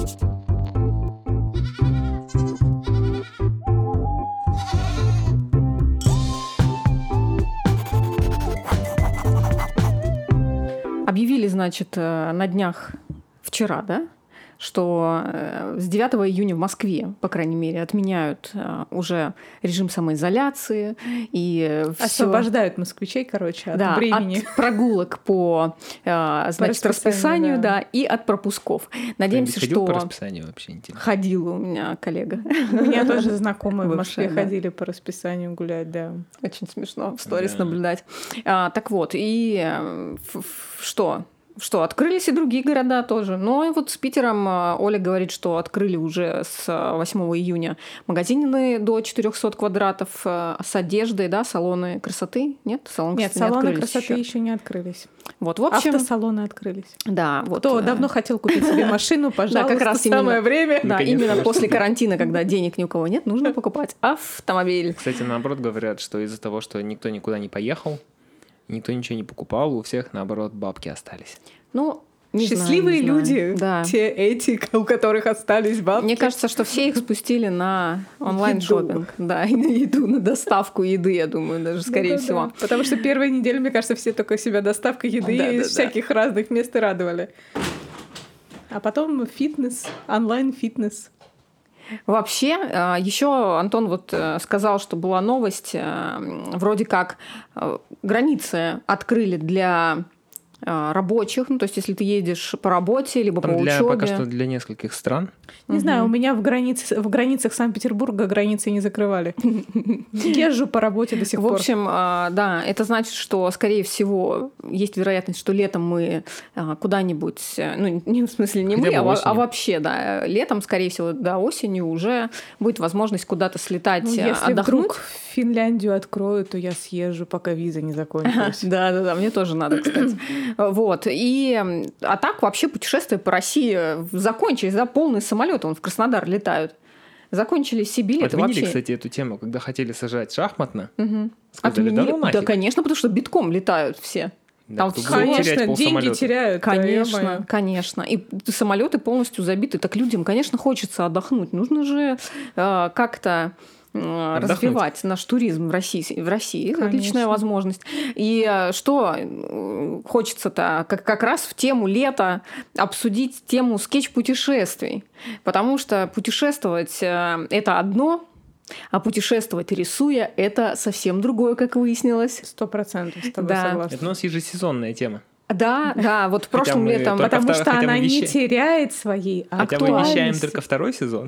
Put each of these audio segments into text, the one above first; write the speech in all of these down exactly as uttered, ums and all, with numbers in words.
Объявили, значит, на днях вчера, да, что с девятого июня в Москве, по крайней мере, отменяют уже режим самоизоляции и освобождают всё... москвичей, короче, от да, времени. От прогулок по, значит, по расписанию, расписанию да. Да, и от пропусков. Надеемся, ходил что... по расписанию вообще интересно? Ходил у меня коллега. У меня тоже знакомые в Москве ходили по расписанию гулять, да. Очень смешно в сторис наблюдать. Так вот, и что... Что, открылись и другие города тоже. Но и вот с Питером Оля говорит, что открыли уже с восьмого июня магазины до четырехсот квадратов с одеждой, да, салоны красоты. Нет, салон Нет, красоты салоны не красоты еще. еще не открылись. Вот, в общем... Автосалоны открылись. Да, вот. Кто давно хотел купить себе машину, пожалуйста, да, как раз самое именно, время. Да, именно после карантина, когда денег ни у кого нет, нужно покупать автомобиль. Кстати, наоборот говорят, что из-за того, что никто никуда не поехал, никто ничего не покупал, у всех, наоборот, бабки остались. Ну, не счастливые знаю, не люди, знаю. Да. те эти, у которых остались бабки. Мне кажется, что все их спустили на онлайн-шоппинг. Да, и на еду, на доставку еды, я думаю, даже, скорее да, всего. Да. Потому что первые недели, мне кажется, все только себя доставкой еды да, из да, всяких да. разных мест и радовали. А потом фитнес, онлайн-фитнес. Вообще, еще Антон вот сказал, что была новость, вроде как границы открыли для рабочих, ну, то есть если ты едешь по работе, либо Там по для, учебе. Пока что для нескольких стран. Не угу. знаю, у меня в, границе, в границах Санкт-Петербурга границы не закрывали. Езжу по работе до сих пор. В общем, да, это значит, что, скорее всего, есть вероятность, что летом мы куда-нибудь, ну, не в смысле не мы, а, а вообще, да, летом, скорее всего, да, осенью уже будет возможность куда-то слетать, ну, если отдохнуть. Вдруг Финляндию откроют, то я съезжу, пока виза не закончилась. Да-да-да, мне тоже надо, кстати. Вот. И, а так вообще путешествия по России закончились, да, полные самолеты, он в Краснодар летают. Закончились все билеты. Отменили, вообще. Кстати, эту тему, когда хотели сажать шахматно. Угу. Сказали, Отменили. да, ну да, конечно, потому что битком летают все. Да, Там конечно, деньги теряют. Конечно, да, конечно. И самолеты полностью забиты. Так людям, конечно, хочется отдохнуть. Нужно же э, как-то Отдохнуть. развивать наш туризм в России. В России. Это отличная возможность. И что хочется-то как, как раз в тему лета обсудить тему скетч-путешествий. Потому что путешествовать – это одно, а путешествовать, рисуя, это совсем другое, как выяснилось. Сто процентов с тобой да. согласна. Это у нас ежесезонная тема. Да, да, вот прошлым летом... Потому что она не веща... теряет своей актуальности. Хотя мы вещаем только второй сезон.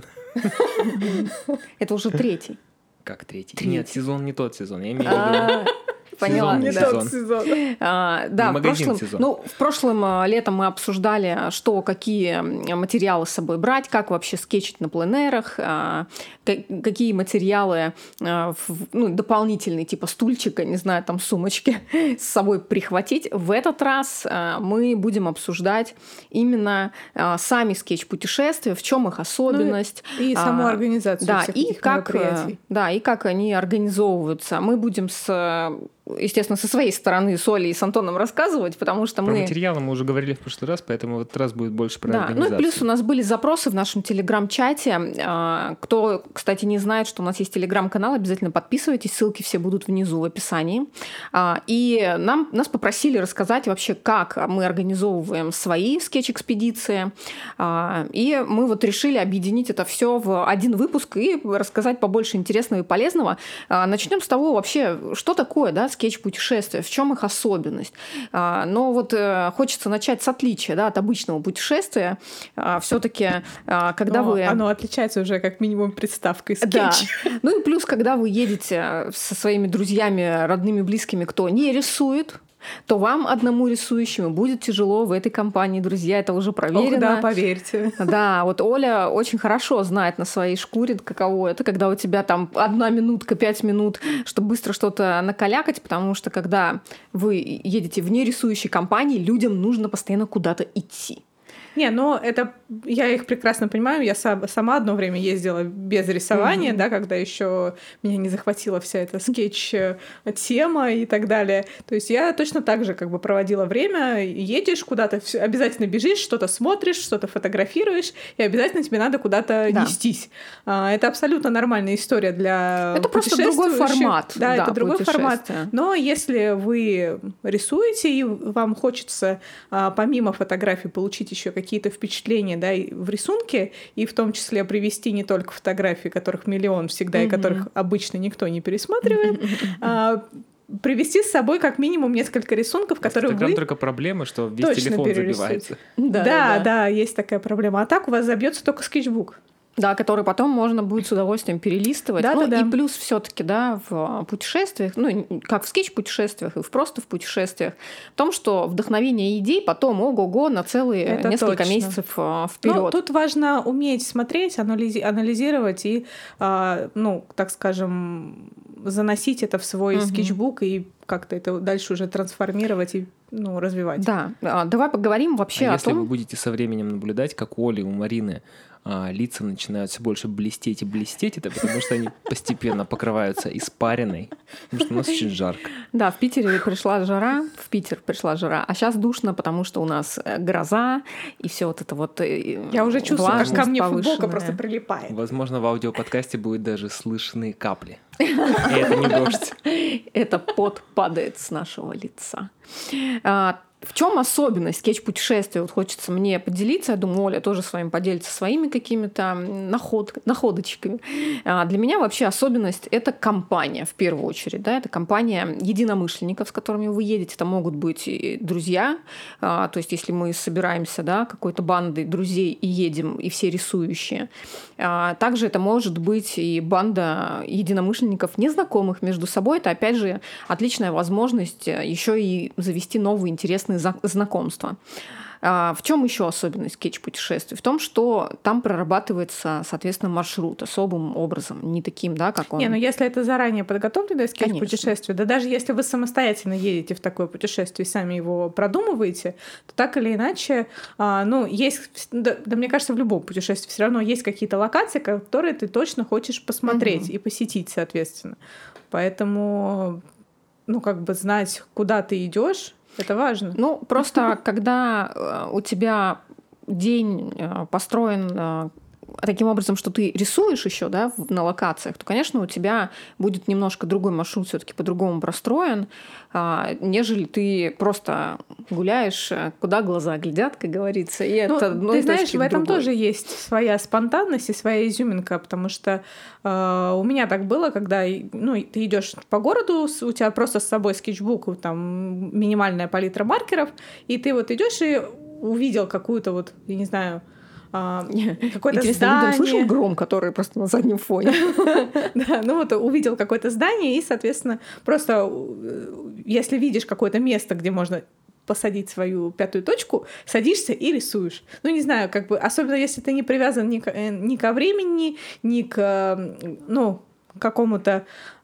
Это уже третий. Как третий? Нет, сезон не тот сезон. Я имею в виду... Поняла, не да. тот сезон. А, да, в прошлом, ну, в прошлом летом мы обсуждали, что, какие материалы с собой брать, как вообще скетчить на пленэрах, а, какие материалы а, в, ну, дополнительные, типа стульчика, не знаю, там сумочки с собой прихватить. В этот раз а, мы будем обсуждать именно а, сами скетч-путешествия, в чем их особенность. Ну, и, и саму а, организацию да, всех и этих как, мероприятий. Да, и как они организовываются. Мы будем с... естественно, со своей стороны с Олей и с Антоном рассказывать, потому что про мы... Про материалы мы уже говорили в прошлый раз, поэтому в этот раз будет больше про да. организацию. Ну и плюс у нас были запросы в нашем телеграм-чате. Кто, кстати, не знает, что у нас есть телеграм-канал, обязательно подписывайтесь, ссылки все будут внизу в описании. И нам, нас попросили рассказать вообще, как мы организовываем свои скетч-экспедиции. И мы вот решили объединить это все в один выпуск и рассказать побольше интересного и полезного. Начнем с того вообще, что такое, да, скетч-путешествия, в чем их особенность. Но вот хочется начать с отличия, да, от обычного путешествия. Все-таки, когда Но вы... Оно отличается уже как минимум приставкой скетч. Да. Ну и плюс, когда вы едете со своими друзьями, родными, близкими, кто не рисует, то вам, одному рисующему, будет тяжело в этой компании, друзья, это уже проверено. Ох, да, поверьте. Да, вот Оля очень хорошо знает на своей шкуре, каково это, когда у тебя там одна минутка, пять минут, чтобы быстро что-то накалякать, потому что когда вы едете в нерисующей компании, людям нужно постоянно куда-то идти. Не, но это я их прекрасно понимаю. Я сам, сама одно время ездила без рисования, mm-hmm. да, когда еще меня не захватила вся эта скетч-тема и так далее. То есть я точно так же как бы проводила время. Едешь куда-то, обязательно бежишь, что-то смотришь, что-то фотографируешь, и обязательно тебе надо куда-то да. нестись. Это абсолютно нормальная история для это просто другой формат. Да, да, это другой формат. Но если вы рисуете, и вам хочется помимо фотографий получить еще какие-то какие-то впечатления, да, в рисунке, и в том числе привести не только фотографии, которых миллион всегда, mm-hmm. и которых обычно никто не пересматривает, а привести с собой как минимум несколько рисунков, которые Инстаграм вы только проблема, что весь телефон забивается. Да, да, да, есть такая проблема. А так у вас забьется только скетчбук. Да, который потом можно будет с удовольствием перелистывать. Да, ну, да, и да. плюс все-таки, да, в путешествиях, ну, как в скетч-путешествиях и в просто в путешествиях, в том, что вдохновение идей потом ого-го на целые Это несколько точно. месяцев вперед. Ну, тут важно уметь смотреть, анализи- анализировать и, а, ну, так скажем, заносить это в свой угу. скетчбук и как-то это дальше уже трансформировать и ну, развивать. Да, давай поговорим вообще а о если том... вы будете со временем наблюдать, как у Оли, у Марины а, лица начинают все больше блестеть и блестеть, это потому что они постепенно покрываются испариной, потому что у нас очень жарко. Да, в Питере пришла жара, в Питер пришла жара, а сейчас душно, потому что у нас гроза и все вот это вот. Я уже чувствую, как ко мне футболка просто прилипает. Возможно, в аудиоподкасте будет даже слышны капли. И это не дождь. Это пот падает с нашего лица. В чем особенность скетч-путешествия? Вот хочется мне поделиться. Я думаю, Оля тоже с вами поделится своими какими-то наход... находочками. Для меня вообще особенность — это компания, в первую очередь. Да? Это компания единомышленников, с которыми вы едете. Это могут быть и друзья. То есть если мы собираемся, да, какой-то бандой друзей и едем, и все рисующие. Также это может быть и банда единомышленников, незнакомых между собой. Это, опять же, отличная возможность еще и завести новые интересные знакомства. В чем еще особенность скетч-путешествий? В том, что там прорабатывается, соответственно, маршрут особым образом, не таким, да, как он. Не, ну если это заранее подготовленное скетч-путешествие, да даже если вы самостоятельно едете в такое путешествие и сами его продумываете, то так или иначе, ну, есть, да, да мне кажется, в любом путешествии все равно есть какие-то локации, которые ты точно хочешь посмотреть угу. и посетить, соответственно. Поэтому, ну, как бы знать, куда ты идешь. Это важно. Ну, просто когда у тебя день построен таким образом, что ты рисуешь еще, да, на локациях, то, конечно, у тебя будет немножко другой маршрут все-таки по-другому простроен, нежели ты просто гуляешь, куда глаза глядят, как говорится. И ну, это, ну, ты знаешь, в этом тоже есть своя спонтанность и своя изюминка, потому что э, у меня так было, когда ну, ты идешь по городу, у тебя просто с собой скетчбук, там минимальная палитра маркеров, и ты вот идешь и увидел какую-то вот, я не знаю, какое-то Интересно, здание. Интересно, слышал гром, который просто на заднем фоне? Да, ну вот увидел какое-то здание, и, соответственно, просто если видишь какое-то место, где можно посадить свою пятую точку, садишься и рисуешь. Ну, не знаю, как бы, особенно если ты не привязан ни к, ни ко времени, ни к, ну, какому-то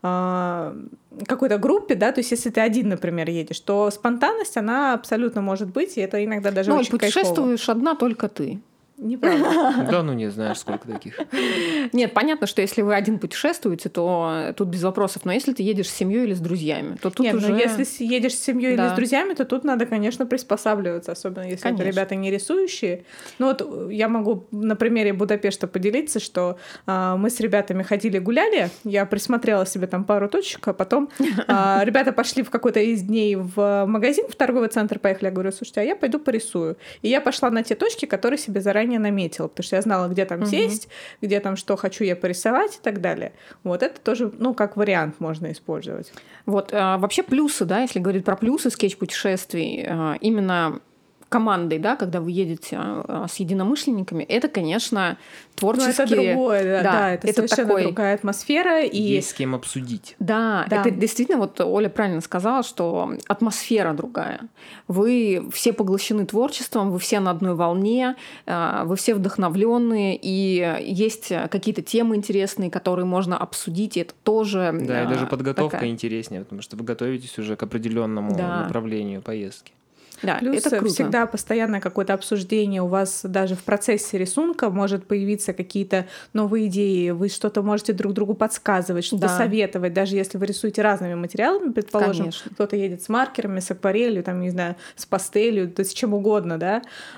э, какой-то группе, да, то есть если ты один, например, едешь, то спонтанность, она абсолютно может быть, и это иногда даже ну, очень кайфово. Путешествуешь одна только ты. Неправда. Да, ну не знаешь, сколько таких. Нет, понятно, что если вы один путешествуете, то тут без вопросов. Но если ты едешь с семьей или с друзьями, то тут Нет, уже... ну если едешь с семьей да. или с друзьями, то тут надо, конечно, приспосабливаться, особенно если конечно. Это ребята не рисующие. Ну вот я могу на примере Будапешта поделиться, что э, мы с ребятами ходили гуляли, я присмотрела себе там пару точек, а потом э, ребята пошли в какой-то из дней в магазин, в торговый центр поехали, я говорю, слушайте, а я пойду порисую. И я пошла на те точки, которые себе заранее наметила, потому что я знала, где там угу. сесть, где там что хочу я порисовать и так далее. Вот это тоже, ну, как вариант можно использовать. Вот, а, вообще плюсы, да, если говорить про плюсы скетч-путешествий, а, именно командой, да, когда вы едете а, с единомышленниками, это, конечно, творческие... Ну, это другое, да, да, да это, это совершенно такой... другая атмосфера. И... Есть с кем обсудить. Да, да, это действительно, вот Оля правильно сказала, что атмосфера другая. Вы все поглощены творчеством, вы все на одной волне, вы все вдохновленные, и есть какие-то темы интересные, которые можно обсудить, и это тоже... Да, и даже подготовка такая... интереснее, потому что вы готовитесь уже к определенному да. направлению поездки. Да, плюс это круто. Всегда постоянно какое-то обсуждение у вас даже в процессе рисунка может появиться какие-то новые идеи, вы что-то можете друг другу подсказывать, что-то да. советовать, даже если вы рисуете разными материалами, предположим, Конечно. Кто-то едет с маркерами, с акварелью, там, не знаю, с пастелью, то есть чем угодно, да,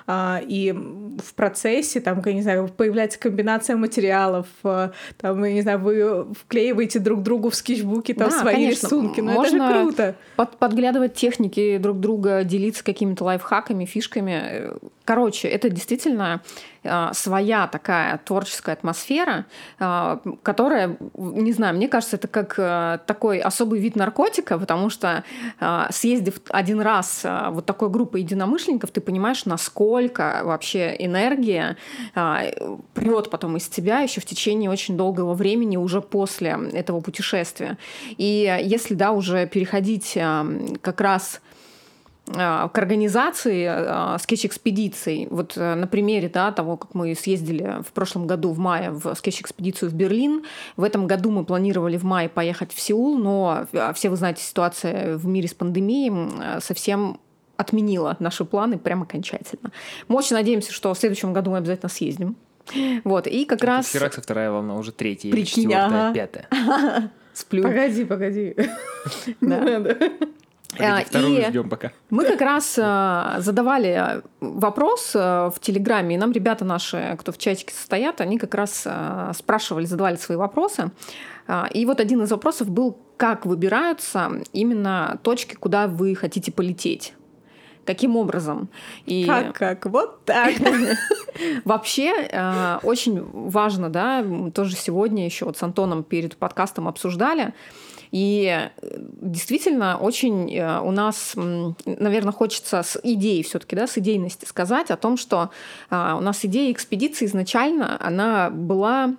и в процессе, там, я не знаю, появляется комбинация материалов, там, я не знаю, вы вклеиваете друг другу в скетчбуке там да, свои конечно. Рисунки, ну это же круто. Под, подглядывать техники друг друга, делиться какими-то лайфхаками, фишками. Короче, это действительно э, своя такая творческая атмосфера, э, которая, не знаю, мне кажется, это как э, такой особый вид наркотика, потому что э, съездив один раз э, вот такой группой единомышленников, ты понимаешь, насколько вообще энергия э, прет потом из тебя еще в течение очень долгого времени уже после этого путешествия. И если, да, уже переходить э, как раз к организации э, скетч-экспедиций. Вот э, на примере да, того, как мы съездили в прошлом году в мае в скетч-экспедицию в Берлин. В этом году мы планировали в мае поехать в Сеул, но все вы знаете, ситуация в мире с пандемией совсем отменила наши планы прям окончательно. Мы очень надеемся, что в следующем году мы обязательно съездим. Вот, и как это раз... Херакса вторая волна, уже третья, Прикинь, четвертая, ага. пятая. Сплю. Погоди, погоди. Да. Вторую и ждем пока. Мы как раз задавали вопрос в Телеграме, и нам ребята наши, кто в чатике состоят, они как раз спрашивали, задавали свои вопросы. И вот один из вопросов был, как выбираются именно точки, куда вы хотите полететь. Каким образом? И... Как, как? Вот так. Вообще, э, очень важно, да, тоже сегодня еще вот с Антоном перед подкастом обсуждали, и действительно очень у нас, наверное, хочется с идеей все-таки, да, с идейности сказать о том, что у нас идея экспедиции изначально, она была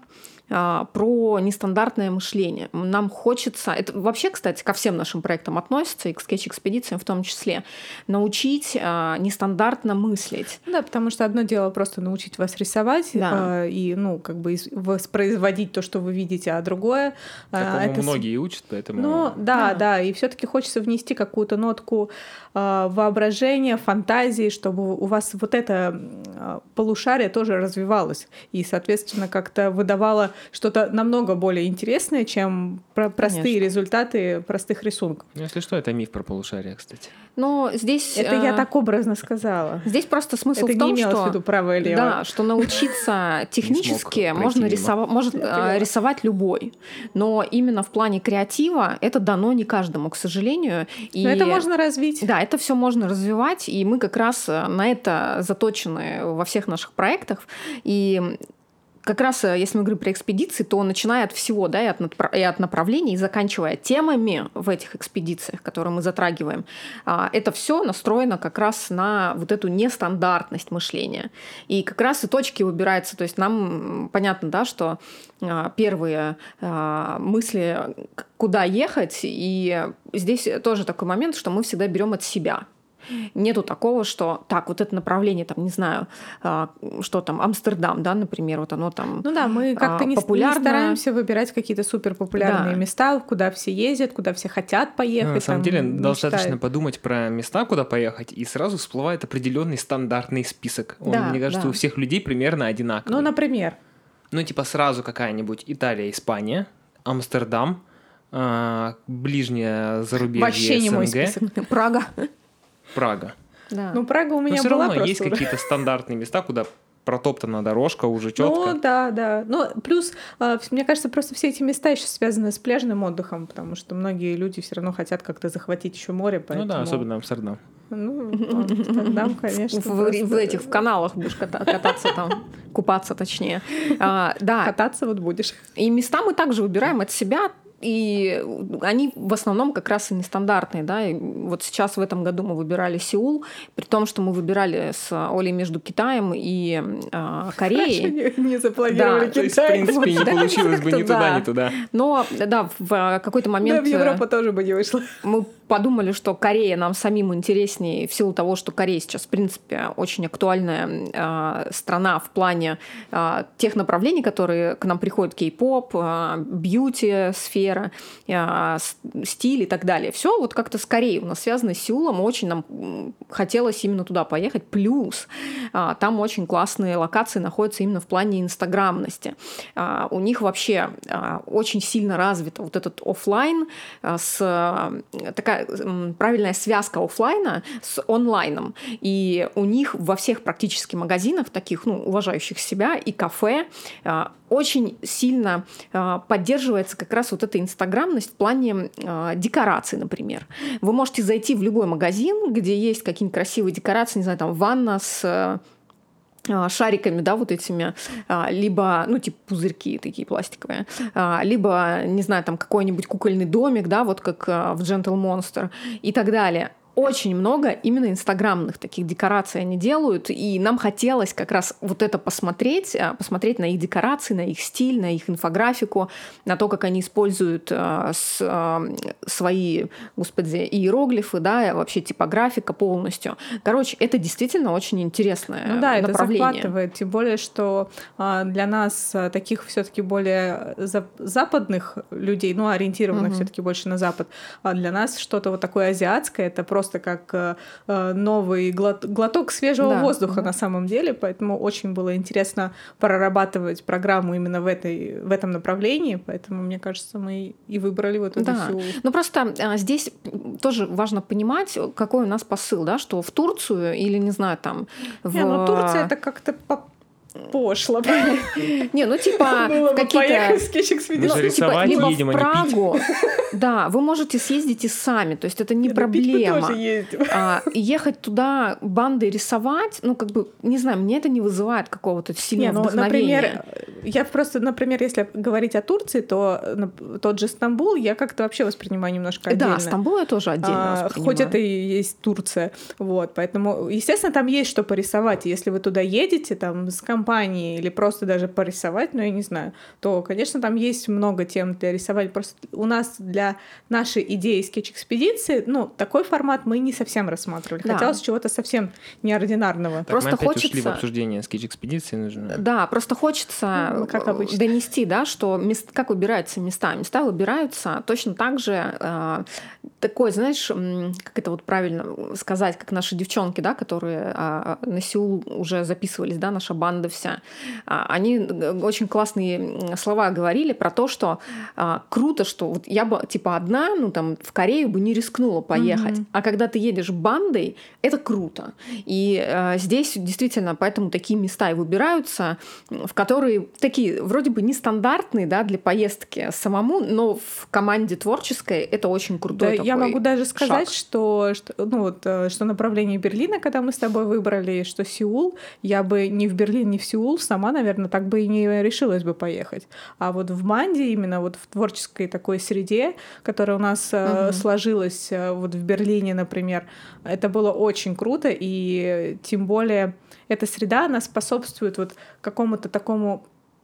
про нестандартное мышление. Нам хочется, это вообще, кстати, ко всем нашим проектам относится, и к скетч-экспедициям в том числе, научить а, нестандартно мыслить. Да, потому что одно дело просто научить вас рисовать да. а, и, ну, как бы воспроизводить то, что вы видите, а другое... Такому это... многие учат, поэтому... Ну, да, да, да, и все-таки хочется внести какую-то нотку а, воображения, фантазии, чтобы у вас вот это а, полушарие тоже развивалось и, соответственно, как-то выдавало что-то намного более интересное, чем про- простые Конечно. Результаты простых рисунков. Ну, если что, это миф про полушарие, кстати. Но здесь... Это э... я так образно сказала. Здесь просто смысл это в том, не что... в виду правое и левое. Да, что научиться технически можно рисовать, может рисовать любой. Но именно в плане креатива это дано не каждому, к сожалению. И... Но это можно развить. Да, это все можно развивать, и мы как раз на это заточены во всех наших проектах. И как раз, если мы говорим про экспедиции, то начиная от всего, да, и от, и от направлений, и заканчивая темами в этих экспедициях, которые мы затрагиваем, это все настроено как раз на вот эту нестандартность мышления. И как раз и точки выбираются. То есть нам понятно, да, что первые мысли, куда ехать, и здесь тоже такой момент, что мы всегда берем от себя. Нету такого, что так, вот это направление, там, не знаю, что там, Амстердам, да, например, вот оно там Ну да, мы как-то не, не стараемся выбирать какие-то суперпопулярные да. места, куда все ездят, куда все хотят поехать. Ну, на самом там, деле, достаточно мечтают. Подумать про места, куда поехать, и сразу всплывает определенный стандартный список. Он, да, мне кажется, да. у всех людей примерно одинаковый. Ну, например? Ну, типа сразу какая-нибудь Италия, Испания, Амстердам, ближнее зарубежье Вообще не СНГ. мой список. Прага. Прага. Да. Ну, Прага у меня Но была все равно просто есть уже. Какие-то стандартные места, куда протоптана дорожка уже четко. Ну, да, да. Ну, плюс, мне кажется, просто все эти места еще связаны с пляжным отдыхом, потому что многие люди все равно хотят как-то захватить еще море. Поэтому... Ну да, особенно Амстердам. Ну, Амстердам, конечно. В, в этих, в каналах будешь кататься там, купаться точнее. А, да. Кататься вот будешь. И места мы также выбираем от себя, и они в основном как раз и нестандартные. Да? И вот сейчас в этом году мы выбирали Сеул, при том, что мы выбирали с Олей между Китаем и э, Кореей. Хорошо, не, не запланировали да, Китай. То есть, в принципе, не получилось бы ни туда, ни туда. Но да, в какой-то момент... Да, в Европу тоже бы не вышло. Мы подумали, что Корея нам самим интереснее в силу того, что Корея сейчас, в принципе, очень актуальная э, страна в плане э, тех направлений, которые к нам приходят, кей-поп, э, бьюти-сфера, атмосфера, стиль и так далее. Все вот как-то скорее у нас связано с Сеулом, очень нам хотелось именно туда поехать. Плюс там очень классные локации находятся именно в плане инстаграмности. У них вообще очень сильно развита вот этот офлайн, с такая правильная связка офлайна с онлайном. И у них во всех практически магазинах, таких, ну, уважающих себя, и кафе, очень сильно поддерживается как раз вот эта инстаграмность в плане декораций, например. Вы можете зайти в любой магазин, где есть какие-нибудь красивые декорации, не знаю, там ванна с шариками, да, вот этими, либо, ну, типа пузырьки такие пластиковые, либо, не знаю, там какой-нибудь кукольный домик, да, вот как в Gentle Monster и так далее. Очень много именно инстаграмных таких декораций они делают, и нам хотелось как раз вот это посмотреть, посмотреть на их декорации, на их стиль, на их инфографику, на то, как они используют э, с, э, свои, господи, иероглифы, да, вообще типографика полностью. Короче, это действительно очень интересное ну, да, направление. Это захватывает, тем более, что э, для нас э, таких все-таки более за- западных людей, ну, ориентированных угу. все-таки больше на Запад, а для нас что-то вот такое азиатское, это просто просто как э, новый глот, глоток свежего да, воздуха да. на самом деле, поэтому очень было интересно прорабатывать программу именно в, этой, в этом направлении, поэтому, мне кажется, мы и выбрали вот эту да. всю... Ну просто а, здесь тоже важно понимать, какой у нас посыл, да, что в Турцию или, не знаю, там... В... Не, ну Турция — это как-то... пошло. Не, ну типа какие-то... Ну, типа, либо в Прагу, да, вы можете съездить и сами, то есть это не проблема. Ехать туда бандой рисовать, ну как бы, не знаю, мне это не вызывает какого-то сильного вдохновения. Я просто, например, если говорить о Турции, то тот же Стамбул я как-то вообще воспринимаю немножко отдельно. Да, Стамбул я тоже отдельно воспринимаю. Хоть это и есть Турция. Вот, поэтому, естественно, там есть что порисовать. Если вы туда едете, там, с компанией или просто даже порисовать, ну, я не знаю, то, конечно, там есть много тем для рисования. Просто у нас для нашей идеи скетч-экспедиции, ну, такой формат мы не совсем рассматривали. Да. Хотелось чего-то совсем неординарного. Так, просто мы опять хочется... ушли в обсуждение скетч-экспедиции. Нужно... Да, просто хочется ну, как донести, да, что мест... как выбираются места. Места выбираются точно так же, э, такой, знаешь, как это вот правильно сказать, как наши девчонки, да, которые э, на Сеул уже записывались, да, наша банда вся. Э, они очень классные слова говорили про то, что э, круто, что вот я бы типа одна, ну там в Корею бы не рискнула поехать, mm-hmm. а когда ты едешь бандой, это круто. И э, здесь действительно поэтому такие места и выбираются, в которые такие вроде бы нестандартные, да, для поездки самому, но в команде творческой это очень крутой да, такой я могу даже сказать, шаг. Что, что, ну вот, что направление Берлина, когда мы с тобой выбрали, что Сеул, я бы ни в Берлин, ни в Сеул сама, наверное, так бы и не решилась бы поехать. А вот в Манде, именно вот в творческой такой среде, которая у нас угу. сложилась вот в Берлине, например, это было очень круто, и тем более эта среда, она способствует вот какому-то такому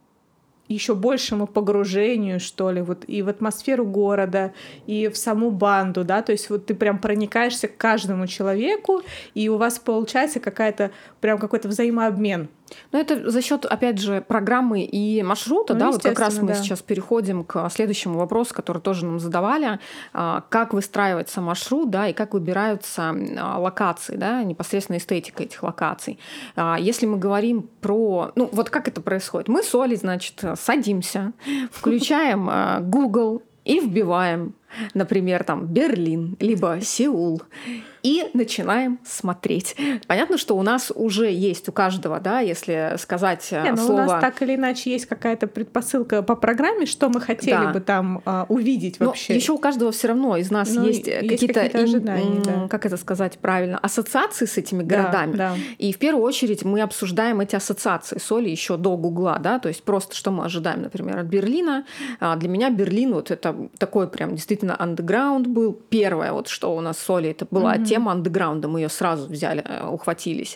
еще большему погружению, что ли, вот и в атмосферу города, и в саму банду, да, то есть вот ты прям проникаешься к каждому человеку, и у вас получается какая-то прям какой-то взаимообмен. Ну, это за счет, опять же, программы и маршрута, ну, да, вот как раз мы да. сейчас переходим к следующему вопросу, который тоже нам задавали, как выстраивается маршрут, да, и как выбираются локации, да, непосредственно эстетика этих локаций. Если мы говорим про, ну, вот как это происходит? Мы с Олей, значит, садимся, включаем Google и вбиваем, например, там Берлин, либо Сеул, и начинаем смотреть. Понятно, что у нас уже есть у каждого, да, если сказать Не, ну слово... у нас так или иначе есть какая-то предпосылка по программе, что мы хотели да. бы там а, увидеть вообще. Но еще у каждого все равно из нас ну, есть, есть какие-то, какие-то ожидания, ин, да. как это сказать правильно, ассоциации с этими городами. Да, да. И в первую очередь мы обсуждаем эти ассоциации с Олей еще до Гугла, да, то есть просто что мы ожидаем, например, от Берлина. Для меня Берлин вот это такой прям действительно андеграунд был. Первое, вот что у нас с Олей, это была mm-hmm. тема андеграунда, мы ее сразу взяли, ухватились.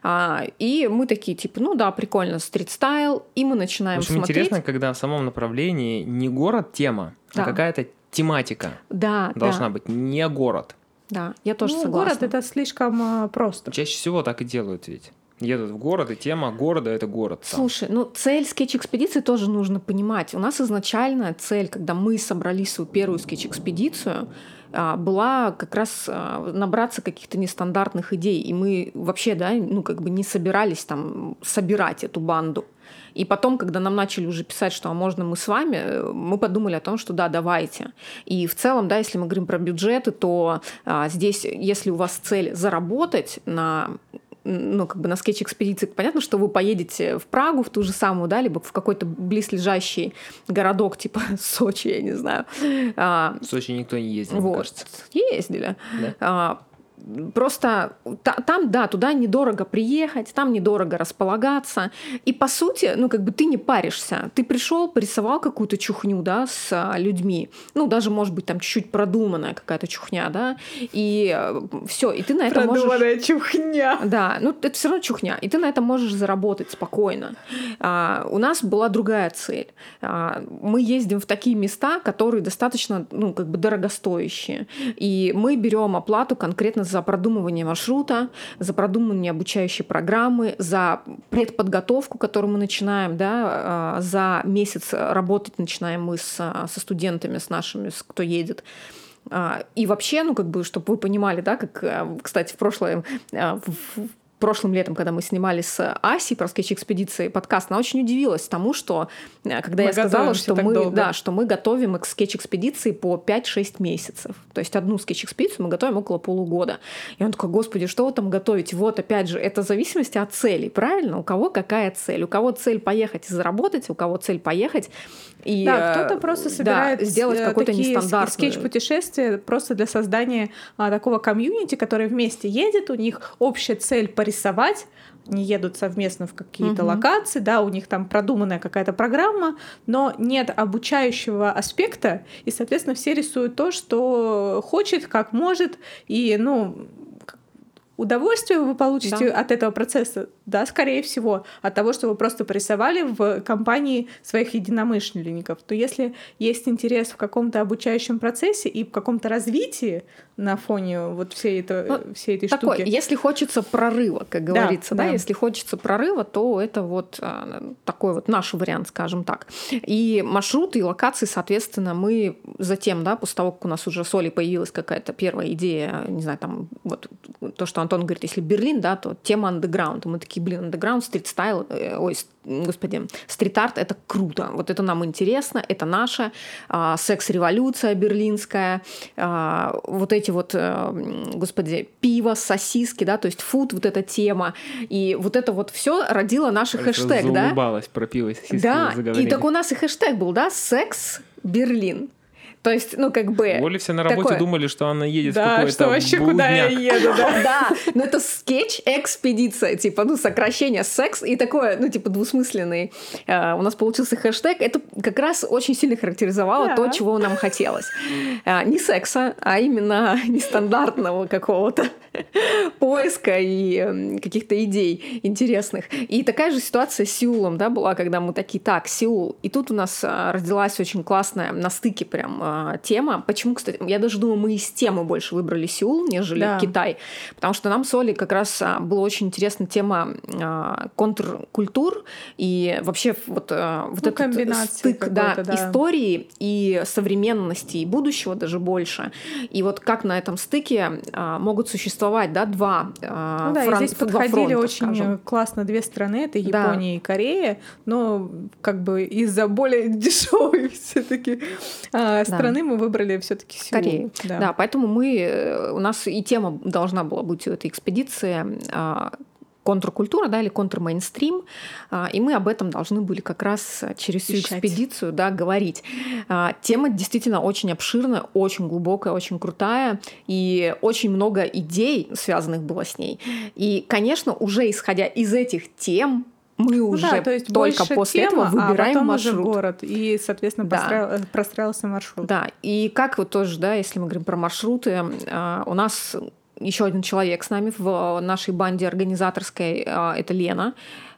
И мы такие, типа, ну да, прикольно, стрит-стайл, и мы начинаем Очень смотреть. интересно, когда в самом направлении не город-тема, да. а какая-то тематика да, должна да. быть, не город. Да, я тоже ну, согласна. Город — это слишком просто. Чаще всего так и делают ведь. Едут в город, и тема города — это город. Там. Слушай, ну цель скетч-экспедиции тоже нужно понимать. У нас изначальная цель, когда мы собрали свою первую скетч-экспедицию, была как раз набраться каких-то нестандартных идей. И мы вообще, да, ну, как бы не собирались там собирать эту банду. И потом, когда нам начали уже писать, что а можно мы с вами, мы подумали о том, что да, давайте. И в целом, да, если мы говорим про бюджеты, то а, здесь, если у вас цель заработать на ну, как бы на скетч-экспедиции, понятно, что вы поедете в Прагу, в ту же самую, да, либо в какой-то близлежащий городок, типа Сочи, я не знаю. В Сочи никто не ездил, вот. мне кажется. Ездили. Да? А, Просто там, да, туда недорого приехать, там недорого располагаться. И, по сути, ну, как бы ты не паришься. Ты пришел, порисовал какую-то чухню, да, с людьми. Ну, даже, может быть, там чуть-чуть продуманная какая-то чухня, да. И все, и ты на это можешь... Продуманная чухня. Да, ну, это все равно чухня. И ты на это можешь заработать спокойно. А, у нас была другая цель. А, мы ездим в такие места, которые достаточно, ну, как бы дорогостоящие. И мы берем оплату конкретно за продумывание маршрута, за продумывание обучающей программы, за предподготовку, которую мы начинаем, да, за месяц работать начинаем мы с, со студентами, с нашими, с, кто едет. И вообще, ну, как бы, чтобы вы понимали, да, как, кстати, в прошлое, в прошлым летом, когда мы снимали с Асей про скетч-экспедиции подкаст, она очень удивилась тому, что когда мы я сказала, что мы, да, что мы готовим к скетч-экспедиции по пять-шесть месяцев. То есть одну скетч-экспедицию мы готовим около полугода. И он такой: господи, что вы там готовите? Вот, опять же, это в зависимости от целей, правильно? У кого какая цель? У кого цель поехать и заработать, у кого цель поехать и да, кто-то просто собирает да, сделать какой-то нестандартный скетч-путешествие просто для создания а, такого комьюнити, который вместе едет, у них общая цель порисовать, не едут совместно в какие-то uh-huh. локации, да, у них там продуманная какая-то программа, но нет обучающего аспекта, и, соответственно, все рисуют то, что хочет, как может, и, ну, удовольствие вы получите да. от этого процесса, да, скорее всего, от того, что вы просто порисовали в компании своих единомышленников. То если есть интерес в каком-то обучающем процессе и в каком-то развитии на фоне вот всей, это, ну, всей этой такой, штуки. Если хочется прорыва, как говорится, да, да, да, да. если хочется прорыва, то это вот а, такой вот наш вариант, скажем так. И маршруты, и локации, соответственно, мы затем, да, после того, как у нас уже с Олей появилась какая-то первая идея, не знаю, там, вот то, что Антон говорит, если Берлин, да, то тема андеграунд. Мы такие, блин, андеграунд, стрит-стайл, э, ой, господи, стрит-арт — это круто. Вот это нам интересно, это наша а, секс-революция берлинская, а, вот эти вот, а, господи, пиво, сосиски, да, то есть фуд, вот эта тема. И вот это вот все родило наш хэштег, да? Заулыбалась про пиво и сосиски. Да, и так у нас и хэштег был, да, секс-Берлин. То есть, ну, как бы... Оля все на работе такое... думали, что она едет да, в какой-то что вообще блудняк. куда я еду, да. Да, но это скетч-экспедиция, типа, ну, сокращение секс и такое, ну, типа, двусмысленный. У нас получился хэштег. Это как раз очень сильно характеризовало то, чего нам хотелось. Не секса, а именно нестандартного какого-то поиска и каких-то идей интересных. И такая же ситуация с Сеулом, да, была, когда мы такие, так, Сеул. И тут у нас родилась очень классная на стыке прям тема. Почему, кстати, я даже думаю, мы из темы больше выбрали Сеул, нежели да. Китай. Потому что нам с Олей как раз была очень интересна тема контркультур и вообще вот, вот ну, этот стык да, да. истории и современности, и будущего даже больше. И вот как на этом стыке могут существовать да, два ну, да, фронта. Здесь подходили очень скажем. классно две страны, это Япония да. и Корея, но как бы из-за более дешевой все-таки а, страны да. мы выбрали все-таки Сеул. Корею. Да. да, поэтому мы, у нас и тема должна была быть у этой экспедиции контркультура, да, или контрмейнстрим, и мы об этом должны были как раз через всю экспедицию да, говорить. Тема действительно очень обширная, очень глубокая, очень крутая, и очень много идей связанных было с ней. И, конечно, уже исходя из этих тем, мы ну уже да, то есть только после тема, этого выбираем а потом маршрут. Уже город, и, соответственно, да. простраив... простраивался маршрут. Да, и как вот тоже, да, если мы говорим про маршруты, у нас еще один человек с нами в нашей банде организаторской, это Лена.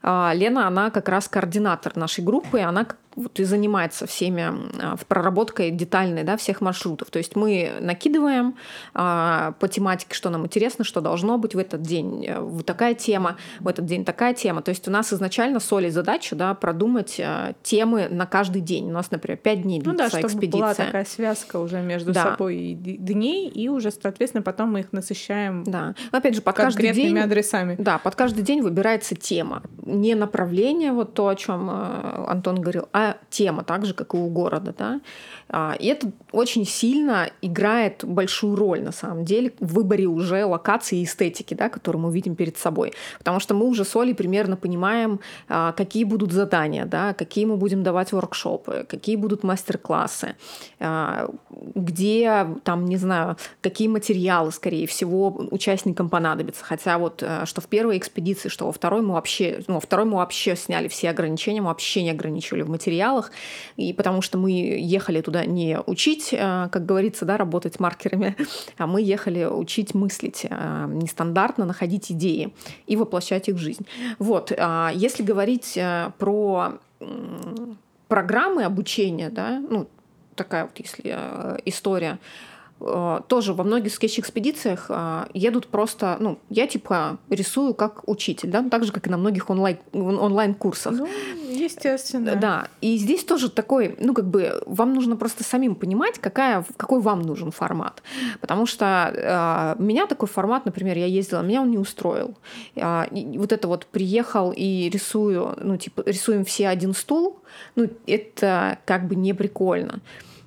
Лена, она как раз координатор нашей группы, она вот и занимается всеми в проработкой детальной, да, всех маршрутов. То есть мы накидываем а, по тематике, что нам интересно, что должно быть в этот день. Вот такая тема, в этот день такая тема. То есть у нас изначально с Олей задача, да, продумать а, темы на каждый день. У нас, например, пять дней длится ну да, чтобы экспедиция. Была такая связка уже между да. собой и дней, и уже, соответственно, потом мы их насыщаем да. опять же, под каждый день, адресами. Да, под каждый день выбирается тема. Не направление, вот то, о чем Антон говорил, а тема, так же, как и у города. Да? И это очень сильно играет большую роль, на самом деле, в выборе уже локации и эстетики, да, которую мы видим перед собой. Потому что мы уже с Олей примерно понимаем, какие будут задания, да, какие мы будем давать воркшопы, какие будут мастер-классы, где, там, не знаю, какие материалы, скорее всего, участникам понадобятся. Хотя вот что в первой экспедиции, что во второй мы вообще, ну, во второй мы вообще сняли все ограничения, мы вообще не ограничивали в материалах, и потому что мы ехали туда не учить, как говорится, да, работать маркерами, а мы ехали учить мыслить нестандартно, находить идеи и воплощать их в жизнь. Вот. Если говорить про программы обучения, да, ну, такая вот если история, тоже во многих скетч-экспедициях едут просто, ну, я типа рисую как учитель, да, так же, как и на многих онлайн, онлайн-курсах. Ну, естественно. Да, и здесь тоже такой, ну, как бы, вам нужно просто самим понимать, какая, какой вам нужен формат. Потому что э, меня такой формат, например, я ездила, меня он не устроил. Э, и вот это вот приехал и рисую, ну, типа, рисуем все один стул, ну, это как бы не прикольно.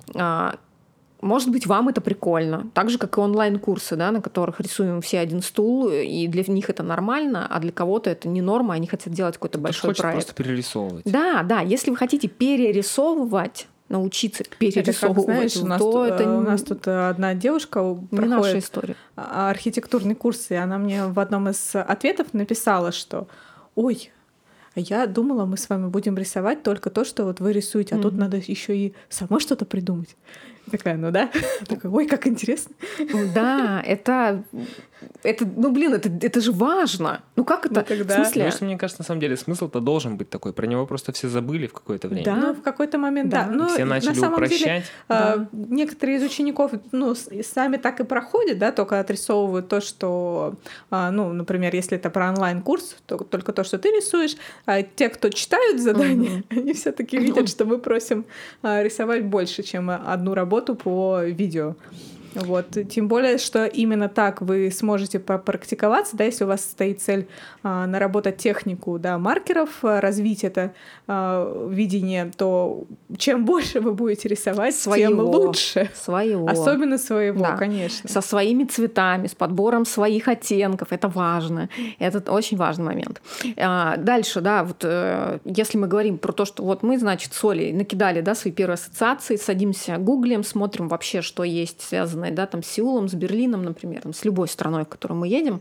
Может быть, вам это прикольно. Так же, как и онлайн-курсы, да, на которых рисуем все один стул, и для них это нормально, а для кого-то это не норма, они хотят делать какой-то большой проект. проект. Просто перерисовывать. Да, да. Если вы хотите перерисовывать, научиться перерисовывать, это как, знаешь, то у нас, тут, это у нас тут одна девушка не проходит наша история. Архитектурный курс, и она мне в одном из ответов написала, что «Ой, я думала, мы с вами будем рисовать только то, что вот вы рисуете, а mm-hmm. тут надо еще и самой что-то придумать». Такая, ну да. Такая, ой, как интересно. Да, это, это, ну блин, это, это же важно. Ну как это? Ну, тогда... В смысле? Потому что, мне кажется, на самом деле смысл-то должен быть такой. Про него просто все забыли в какое-то время. Да, ну, в какой-то момент, да. да. Но все начали на самом упрощать. Деле, да. Некоторые из учеников, ну, сами так и проходят, да, только отрисовывают то, что, ну, например, если это про онлайн-курс, то только то, что ты рисуешь, а те, кто читают задания, mm-hmm. они все-таки видят, что мы просим рисовать больше, чем одну работу по видео. Вот. Тем более, что именно так вы сможете попрактиковаться, да, если у вас стоит цель а, наработать технику, да, маркеров, развить это а, видение, то чем больше вы будете рисовать, своего, тем лучше. Своего. Особенно своего, да. конечно. Со своими цветами, с подбором своих оттенков. Это важно. Это очень важный момент. А, дальше, да, вот э, если мы говорим про то, что вот мы, значит, с Олей накидали, да, свои первые ассоциации, садимся, гуглим, смотрим вообще, что есть связанное, да, там, с Сеулом, с Берлином, например, там, с любой страной, в которую мы едем,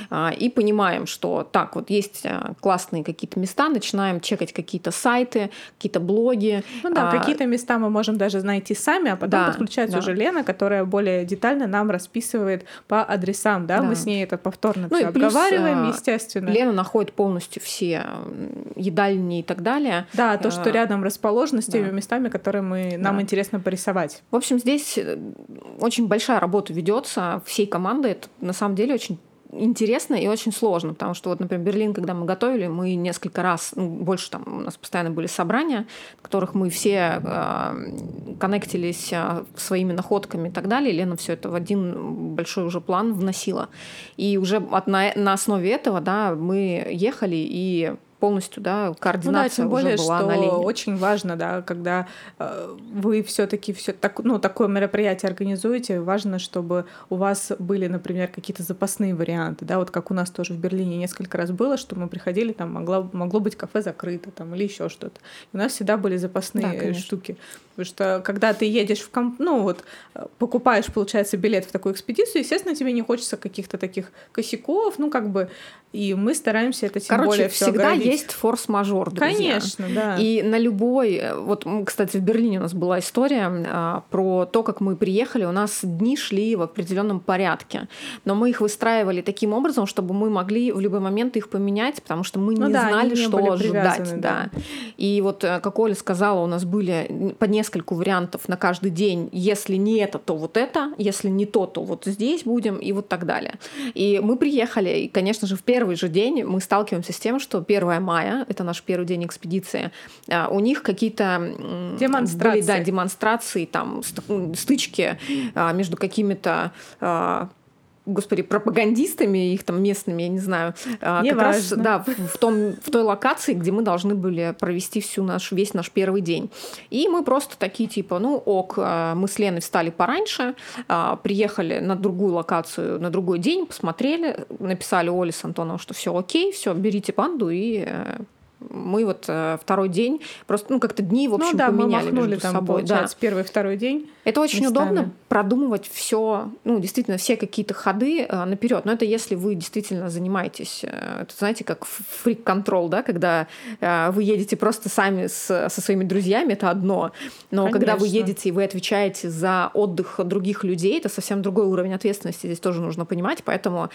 и понимаем, что так, вот есть классные какие-то места, начинаем чекать какие-то сайты, какие-то блоги. Ну да, а... какие-то места мы можем даже найти сами, а потом да, подключается да. уже Лена, которая более детально нам расписывает по адресам, да, да. мы с ней это повторно ну, все обговариваем, плюс, естественно. Лена находит полностью все едальни и так далее. Да, то, что рядом расположено с теми да. местами, которые мы, нам да. интересно порисовать. В общем, здесь очень большая работа ведется всей командой. Это на самом деле очень интересно и очень сложно, потому что вот, например, Берлин, когда мы готовили, мы несколько раз, ну, больше там у нас постоянно были собрания, в которых мы все э, коннектились э, своими находками и так далее. И Лена все это в один большой уже план вносила. И уже от, на, на основе этого, да, мы ехали и полностью, да, координация ну, да, тем более, уже была что на линии. Очень важно, да, когда э, вы все-таки все так, ну, такое мероприятие организуете, важно, чтобы у вас были, например, какие-то запасные варианты, да, вот как у нас тоже в Берлине несколько раз было, что мы приходили, там могло, могло быть кафе закрыто, там, или еще что-то. И у нас всегда были запасные да, штуки. Потому что когда ты едешь в комп... ну вот покупаешь, получается, билет в такую экспедицию, естественно, тебе не хочется каких-то таких косяков, ну как бы, и мы стараемся это тем Короче, более всё всегда оградить. есть форс-мажор, друзья. Конечно, да. И на любой... Вот, кстати, в Берлине у нас была история а, про то, как мы приехали. У нас дни шли в определенном порядке. Но мы их выстраивали таким образом, чтобы мы могли в любой момент их поменять, потому что мы ну не да, знали, не что ожидать. Да. Да. И вот, как Оля сказала, у нас были по нескольку вариантов на каждый день. Если не это, то вот это. Если не то, то вот здесь будем. И вот так далее. И мы приехали, и, конечно же, в первый же день мы сталкиваемся с тем, что первое мая, это наш первый день экспедиции, у них какие-то демонстрации, были, да, демонстрации, там, стычки между какими-то... Господи, пропагандистами, их там местными, я не знаю, не как важно. раз да, в, том, в той локации, где мы должны были провести всю наш, весь наш первый день. И мы просто такие типа, ну ок, мы с Леной встали пораньше, приехали на другую локацию на другой день, посмотрели, написали Оле с Антоном, что все окей, все, берите панду и... Мы вот э, второй день просто, ну, как-то дни, в общем, ну, да, поменяли мы махнули между там, собой. Получается, да. первый, второй день. Это очень местами. удобно продумывать все, ну, действительно, все какие-то ходы э, наперед. Но это если вы действительно занимаетесь, э, это, знаете, как фрик-контрол, да, когда э, вы едете просто сами с, со своими друзьями, это одно. Но Конечно. Когда вы едете и вы отвечаете за отдых других людей, это совсем другой уровень ответственности. Здесь тоже нужно понимать. Поэтому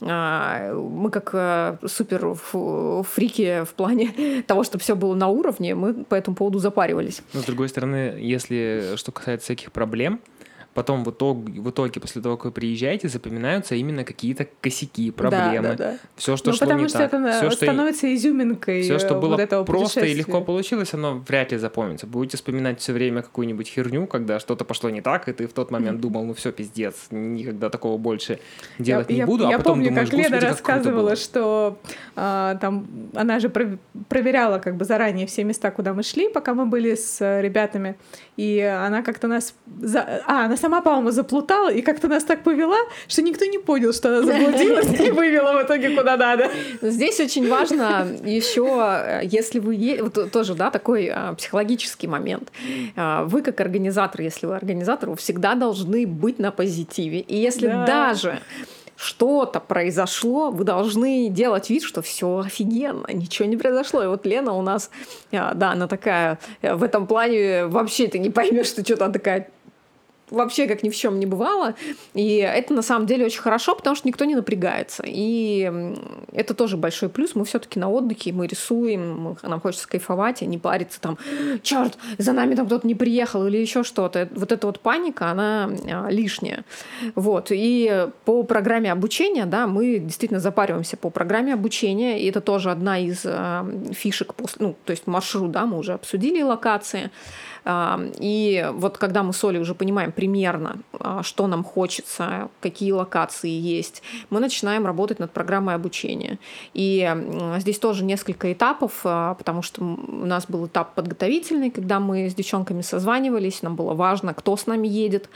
э, мы как э, супер фрики в плане того, чтобы все было на уровне, мы по этому поводу запаривались. Но, с другой стороны, если что касается всяких проблем, потом в итоге, в итоге, после того, как вы приезжаете, запоминаются именно какие-то косяки, проблемы. Да, да, да. Все, что ну, шло потому не что так. это Всё, становится что... изюминкой Все, что было вот этого просто и легко получилось, оно вряд ли запомнится. Будете вспоминать все время какую-нибудь херню, когда что-то пошло не так, и ты в тот момент думал, ну все, пиздец, никогда такого больше делать я, не я, буду. Я а потом помню, думаешь, как Лена Господи, рассказывала, как что а, там она же проверяла как бы заранее все места, куда мы шли, пока мы были с ребятами. И она как-то нас... За... А, она сама, по-моему, заплутала и как-то нас так повела, что никто не понял, что она заблудилась и вывела в итоге куда надо. Здесь очень важно еще, если вы... Е... Вот тоже, да, такой а, психологический момент. А, вы как организатор, если вы организатор, вы всегда должны быть на позитиве. И если да. даже... что-то произошло, вы должны делать вид, что все офигенно, ничего не произошло. И вот Лена у нас, да, она такая, в этом плане вообще ты не поймешь, что что-то она такая вообще как ни в чем не бывало. И это на самом деле очень хорошо, потому что никто не напрягается. И это тоже большой плюс. Мы все-таки на отдыхе, мы рисуем, нам хочется кайфовать, а не париться там, черт, за нами там кто-то не приехал или еще что-то. Вот эта вот паника, она лишняя. Вот. И по программе обучения, да, мы действительно запариваемся по программе обучения, и это тоже одна из фишек, ну, то есть маршрут, да, мы уже обсудили локации. И вот когда мы с Олей уже понимаем примерно, что нам хочется, какие локации есть, мы начинаем работать над программой обучения. И здесь тоже несколько этапов, потому что у нас был этап подготовительный, когда мы с девчонками созванивались, нам было важно, кто с нами едет.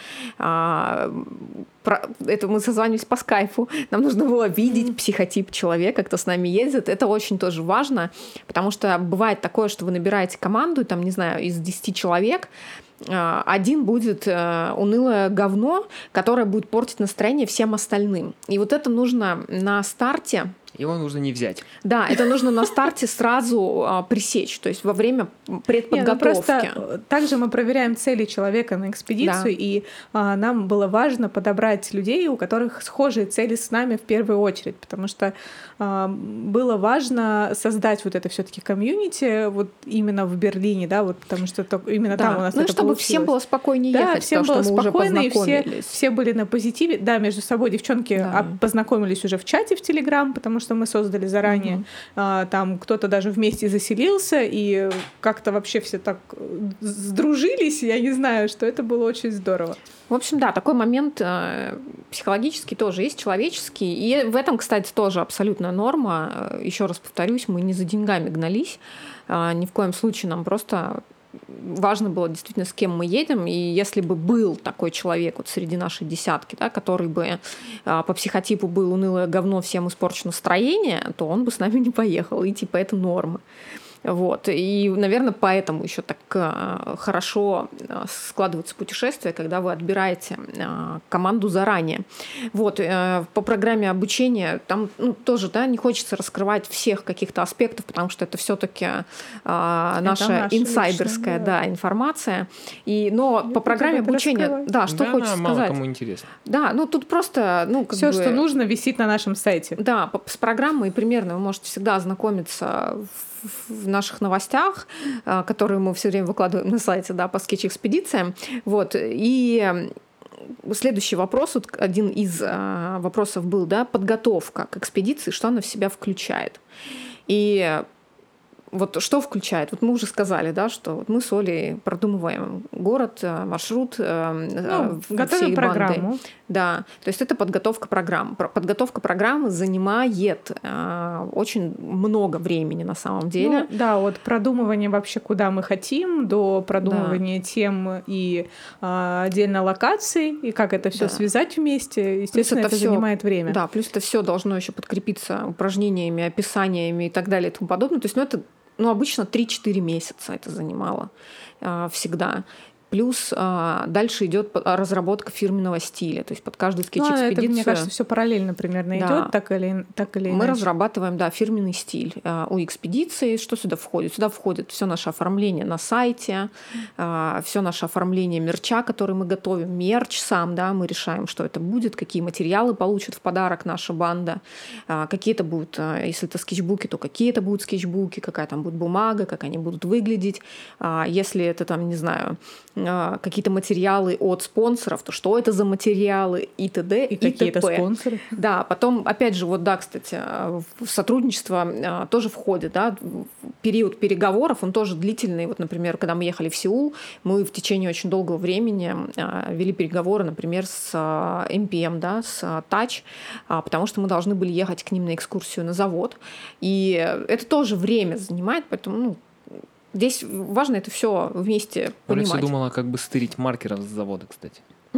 Это мы созванивались по скайпу, нам нужно было видеть психотип человека, кто с нами ездит. Это очень тоже важно, потому что бывает такое, что вы набираете команду, там, не знаю, из десяти человек, один будет унылое говно, которое будет портить настроение всем остальным. И вот это нужно на старте. Его нужно не взять. Да, это нужно на старте сразу а, пресечь, то есть во время предподготовки. Не, ну просто также мы проверяем цели человека на экспедицию, да. и а, нам было важно подобрать людей, у которых схожие цели с нами в первую очередь, потому что а, было важно создать вот это все-таки комьюнити вот именно в Берлине, да, вот потому что то, именно да. там у нас ну, это чтобы получилось. Всем было спокойнее да, ехать, всем потому было что мы спокойно, уже и все, познакомились. все были на позитиве, да, между собой девчонки да. познакомились уже в чате в Телеграм, потому что мы создали заранее. Mm-hmm. А, там кто-то даже вместе заселился, и как-то вообще все так сдружились, я не знаю, что это было очень здорово. В общем, да, такой момент э, психологический тоже есть, человеческий. И в этом, кстати, тоже абсолютная норма. Еще раз повторюсь, мы не за деньгами гнались. Э, ни в коем случае нам просто... важно было действительно, с кем мы едем, и если бы был такой человек вот среди нашей десятки, да, который бы а, по психотипу был унылое говно, всем испорчено настроение, то он бы с нами не поехал, и типа это норма. Вот. И, наверное, поэтому еще так хорошо складываются путешествия, когда вы отбираете команду заранее. Вот. По программе обучения там ну, тоже да, не хочется раскрывать всех каких-то аспектов, потому что это все-таки наша, наша инсайдерская личная, да. Да, информация. И, но я по программе обучения, раскрывать. Да, что да, хочется мало сказать. Кому интересно. Да, ну тут просто... Ну, все, бы, что нужно, висит на нашем сайте. Да, с программой примерно вы можете всегда ознакомиться в наших новостях, которые мы все время выкладываем на сайте, да, по скетч-экспедициям. Вот. И следующий вопрос, вот один из вопросов был, да, подготовка к экспедиции, что она в себя включает. И вот что включает? Вот мы уже сказали, да, что вот мы с Олей продумываем город, маршрут, ну, готовим программу. Да, то есть это подготовка программ. Подготовка программы занимает э, очень много времени на самом деле. Ну, да, от продумывания вообще, куда мы хотим, до продумывания да. тем и э, отдельно локаций, и как это все да. связать вместе. Естественно, это, это всё, занимает время. Да, плюс это все должно еще подкрепиться упражнениями, описаниями и так далее и тому подобное. То есть, ну, это ну, обычно три-четыре месяца это занимало э, всегда. Плюс а, дальше идет разработка фирменного стиля, то есть под каждую скетч-экспедицию. Ну, это, мне кажется, все параллельно примерно да. идет, так или, так или иначе. Мы разрабатываем, да, фирменный стиль а, у экспедиции. Что сюда входит? Сюда входит все наше оформление на сайте, а, все наше оформление мерча, который мы готовим, мерч сам, да, мы решаем, что это будет, какие материалы получит в подарок наша банда, а, какие это будут, а, если это скетчбуки, то какие это будут скетчбуки, какая там будет бумага, как они будут выглядеть. А, если это там, не знаю, какие-то материалы от спонсоров, то что это за материалы и т.д. И, и какие-то спонсоры. Да, потом, опять же, вот да, кстати, сотрудничество тоже входит, да, период переговоров, он тоже длительный. Вот, например, когда мы ехали в Сеул, мы в течение очень долгого времени вели переговоры, например, с эм пи эм, да, с Touch, потому что мы должны были ехать к ним на экскурсию на завод. И это тоже время занимает, поэтому, ну, здесь важно это все вместе понимать. Я все думала, как бы стырить маркеров с завода, кстати.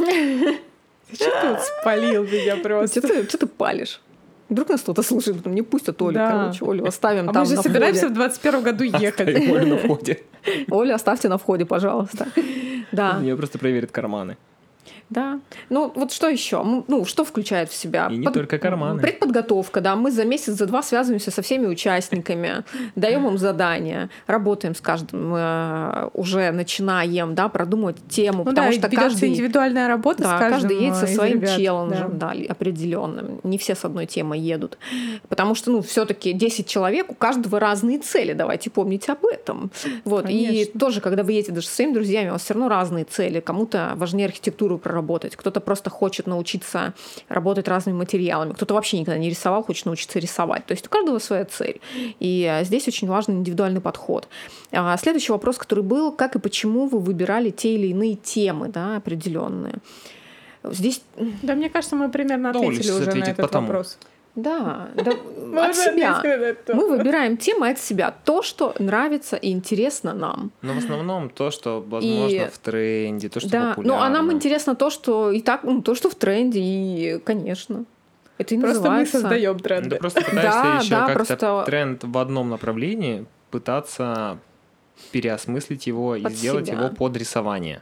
Что ты спалил меня просто? Что ты палишь? Вдруг нас кто-то слушает, потом не пустят Олю, да. короче, Олю оставим а там на входе. А мы же собираемся в двадцать первом году ехать. Оставим Олю на входе. Олю оставьте на входе, пожалуйста. Да. Мне просто проверят карманы. Да. Ну, вот что еще? Ну, что включает в себя? И не Под... только карманы. Предподготовка, да. Мы за месяц, за два связываемся со всеми участниками, даем им задания, работаем с каждым, уже начинаем, да, продумывать тему, ну, потому да, что каждый... индивидуальная работа да, с каждым каждый едет со своим ребят, челленджем, да. Да, определенным. Не все с одной темой едут. Потому что, ну, все-таки десять человек, у каждого разные цели, давайте помнить об этом. Вот. И тоже, когда вы едете даже со своими друзьями, у вас все равно разные цели. Кому-то важнее архитектуру проработать, кто-то просто хочет научиться работать разными материалами, кто-то вообще никогда не рисовал, хочет научиться рисовать. То есть у каждого своя цель. И здесь очень важен индивидуальный подход. Следующий вопрос, который был, как и почему вы выбирали те или иные темы, да, определенные. Здесь... Да, мне кажется, мы примерно ответили уже на этот потому. вопрос. Да, да от себя. Мы выбираем темы от себя. То, что нравится и интересно нам. Но в основном то, что, возможно, и... в тренде, то, что да. популярно. Ну, а нам интересно то, что и так, ну, то, что в тренде, и, конечно. Это и просто называется... мы создаем тренды. Ты просто пытаешься да, еще да, как-то просто... тренд в одном направлении пытаться переосмыслить его под и сделать себя. его под рисование.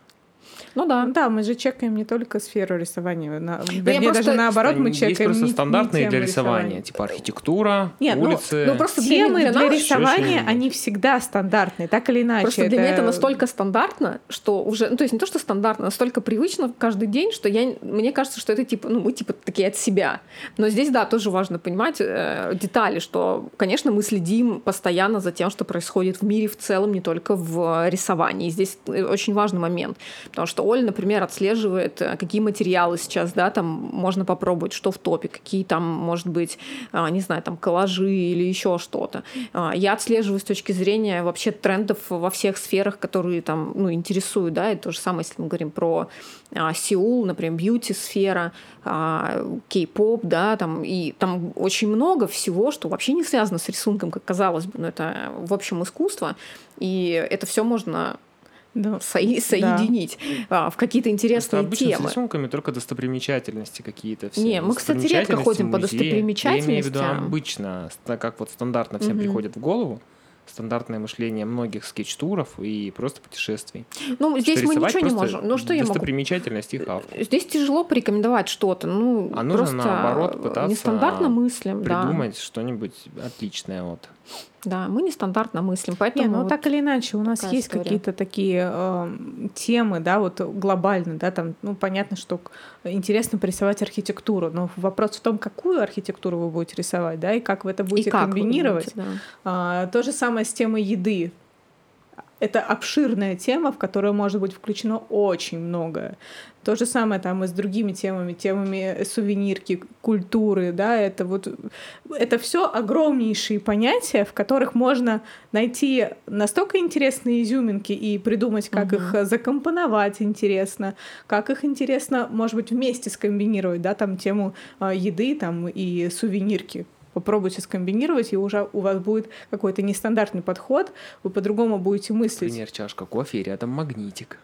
Ну да. Да, мы же чекаем не только сферу рисования. На... Вернее, просто... даже наоборот, мы есть чекаем просто не, стандартные не для рисования, рисования. типа архитектура, Нет, улицы. Ну, ну, просто темы для, для, для рисования, они всегда стандартные, так или иначе. Просто это... для меня это настолько стандартно, что уже... Ну, то есть не то, что стандартно, настолько привычно каждый день, что я... мне кажется, что это типа... Ну, мы типа такие от себя. Но здесь, да, тоже важно понимать э, детали, что, конечно, мы следим постоянно за тем, что происходит в мире в целом, не только в рисовании. И здесь очень важный момент. Потому что Оля, например, отслеживает, какие материалы сейчас, да, там можно попробовать, что в топе, какие там, может быть, не знаю, там коллажи или еще что-то. Я отслеживаю с точки зрения вообще трендов во всех сферах, которые там, ну, интересуют, да, и то же самое, если мы говорим про Сеул, например, бьюти-сфера, кей-поп, да, там, и там очень много всего, что вообще не связано с рисунком, как казалось бы, но это, в общем, искусство, и это все можно... Да. Со- соединить да. в какие-то интересные обычно темы. С рисунками только достопримечательности какие-то. Все. Не, мы, кстати, редко ходим по достопримечательностям. Я имею в виду обычно, так как вот стандартно всем угу. приходит в голову, стандартное мышление многих скетч-туров и просто путешествий. Ну, здесь мы ничего не можем. Ну, что я могу? Достопримечательность их автора. Здесь тяжело порекомендовать что-то. Ну, а нужно, наоборот, пытаться нестандартно мыслим, придумать да. что-нибудь отличное от... Да, мы нестандартно мыслим, поэтому... Не, ну вот так или иначе, у нас есть история. Какие-то такие э, темы, да, вот глобально, да, там, ну, понятно, что интересно порисовать архитектуру, но вопрос в том, какую архитектуру вы будете рисовать, да, и как вы это будете и как комбинировать. Вы будете, да. а, то же самое с темой еды. Это обширная тема, в которую может быть включено очень многое. То же самое там и с другими темами, темами сувенирки, культуры, да, это вот, это все огромнейшие понятия, в которых можно найти настолько интересные изюминки и придумать, как угу. их закомпоновать интересно, как их интересно, может быть, вместе скомбинировать, да, там тему еды там и сувенирки. Попробуйте скомбинировать, и уже у вас будет какой-то нестандартный подход, вы по-другому будете мыслить. Например, чашка кофе и рядом магнитик.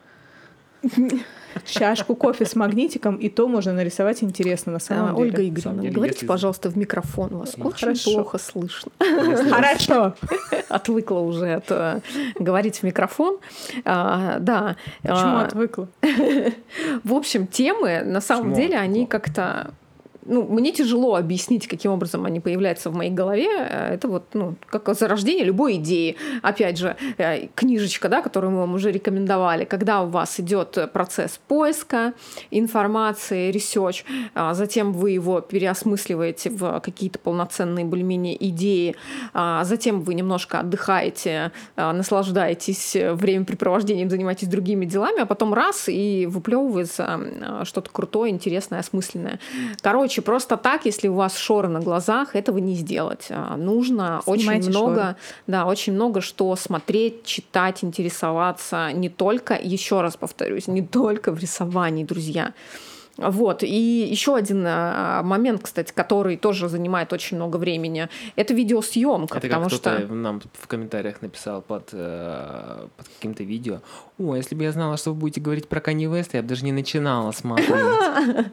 Чашку кофе с магнитиком, и то можно нарисовать интересно на самом а, деле. Ольга Игоревна, деле, говорите, если... пожалуйста, в микрофон. Вас ну, очень хорошо. Плохо слышно. Хорошо. Отвыкла уже от говорить в микрофон. А, да. Почему отвыкла? В общем, темы, на самом Почему? деле, они как-то... Ну, мне тяжело объяснить, каким образом они появляются в моей голове. Это вот, ну, как зарождение любой идеи. Опять же, книжечка, да, которую мы вам уже рекомендовали. Когда у вас идет процесс поиска информации, ресерч, затем вы его переосмысливаете в какие-то полноценные более-менее идеи, затем вы немножко отдыхаете, наслаждаетесь времяпрепровождением, занимаетесь другими делами, а потом раз и выплевывается что-то крутое, интересное, осмысленное. Короче, просто так, если у вас шоры на глазах, этого не сделать. Нужно Снимайте очень много, шоры. да, очень много что смотреть, читать, интересоваться. Не только, еще раз повторюсь, не только в рисовании, друзья. Вот. И еще один момент, кстати, который тоже занимает очень много времени, это видеосъемка. Это потому как кто-то что... нам в комментариях написал под, под каким-то видео: «О, если бы я знала, что вы будете говорить про Канье Уэста, я бы даже не начинала смотреть».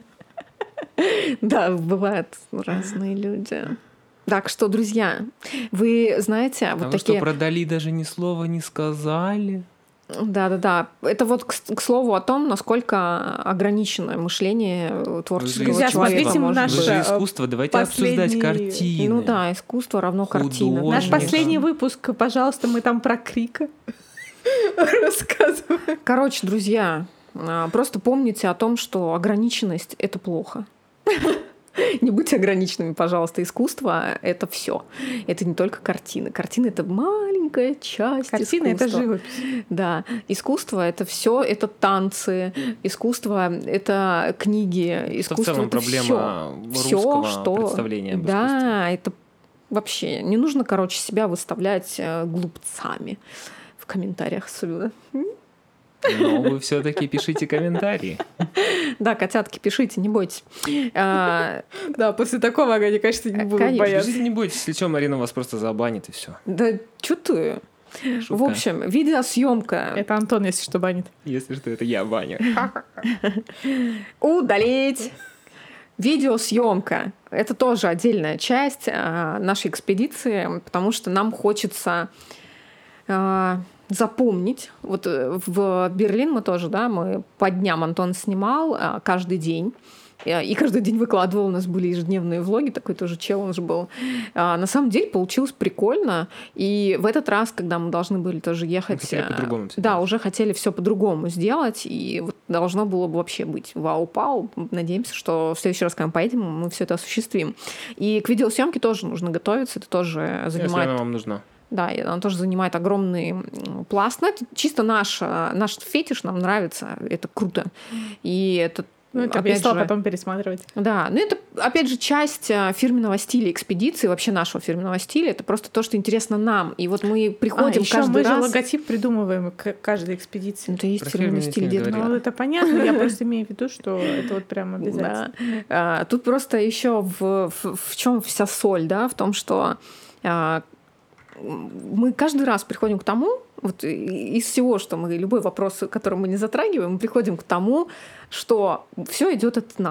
Да, бывают разные люди. Так что, друзья, вы знаете, а вот вы такие... что, про Дали даже ни слова не сказали? Да-да-да. Это вот, к, к слову о том, насколько ограниченное мышление творческого Друзья, человека может быть. Вы же искусство, давайте последний... обсуждать картины. Ну да, искусство равно картина. Наш последний выпуск, пожалуйста, мы там про Крика рассказываем. Короче, друзья, просто помните о том, что ограниченность — это плохо. Не будьте ограниченными, пожалуйста. Искусство — это все. Это не только картины. Картины — это маленькая часть Картина искусства. — это живопись. Да. Искусство — это все, это танцы. Искусство — это книги. Искусство — в целом это проблема всё. русского Всё, что... представления об да, искусстве. Да, это вообще не нужно, короче, себя выставлять глупцами в комментариях особенно. Но вы все-таки пишите комментарии. Да, котятки, пишите, не бойтесь. Да, после такого они, конечно, не будут бояться. Пишите, не бойтесь, если что, Марина вас просто забанит и все. Да, чё ты? В общем, видеосъемка. Это Антон, если что, банит. Если что, это я баню. Удалить. Видеосъемка. Это тоже отдельная часть нашей экспедиции, потому что нам хочется запомнить. Вот в Берлин мы тоже, да, мы по дням Антон снимал каждый день. И каждый день выкладывал, у нас были ежедневные влоги, такой тоже челлендж был. На самом деле получилось прикольно. И в этот раз, когда мы должны были тоже ехать... Хотели по-другому да, делать. Уже хотели все по-другому сделать. И вот должно было бы вообще быть вау-пау. Надеемся, что в следующий раз, когда мы поедем, мы все это осуществим. И к видеосъемке тоже нужно готовиться. Это тоже занимает... Если она вам нужна. Да, и она тоже занимает огромный пласт. Но это чисто наш, наш фетиш, нам нравится, это круто. И это, ну, это опять же, потом пересматривать. Да, ну это, опять же, часть фирменного стиля экспедиции, вообще нашего фирменного стиля. Это просто то, что интересно нам. И вот мы приходим а, каждый мы раз... мы же логотип придумываем к каждой экспедиции. Это есть фирменный стиль Деда. Ну, это понятно, я просто имею в виду, что это вот прям обязательно. Да. А, тут просто еще в, в, в чем вся соль, да, в том, что... А, мы каждый раз приходим к тому, вот из всего, что мы, любой вопрос, который мы не затрагиваем, мы приходим к тому, что все идет от нас.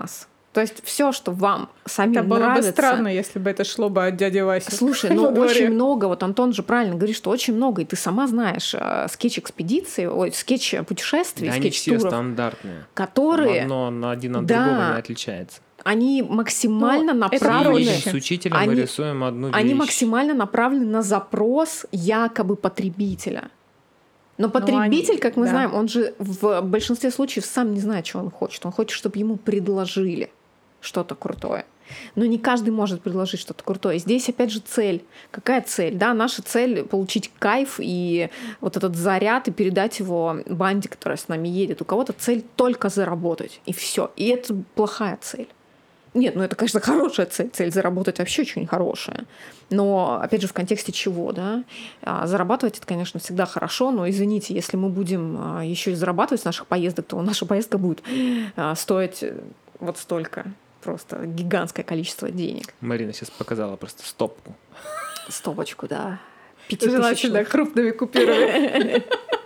То есть все, что вам самим это было нравится... бы странно, если бы это шло бы от дяди Васи. Слушай, ну очень много, вот Антон же правильно говорит, что очень много, и ты сама знаешь, скетч-экспедиции, ой, скетч-путешествий, да, скетч-туров. Они все стандартные. которые... Одно на один от да, другого не отличается. Они максимально ну, направлены... С учителем они, мы рисуем одну вещь. Они максимально направлены на запрос якобы потребителя. Но потребитель, они, как мы да. знаем, он же в большинстве случаев сам не знает, что он хочет. Он хочет, чтобы ему предложили что-то крутое. Но не каждый может предложить что-то крутое. Здесь, опять же, цель. Какая цель? Да, наша цель — получить кайф и вот этот заряд и передать его банде, которая с нами едет. У кого-то цель только заработать. И все. И это плохая цель. Нет, ну это, конечно, хорошая цель. Цель заработать вообще очень хорошая. Но, опять же, в контексте чего, да? Зарабатывать — это, конечно, всегда хорошо, но, извините, если мы будем еще и зарабатывать с наших поездок, то наша поездка будет стоить вот столько. Просто гигантское количество денег. Марина сейчас показала просто стопку. Стопочку, да. Желательно крупными купюрами.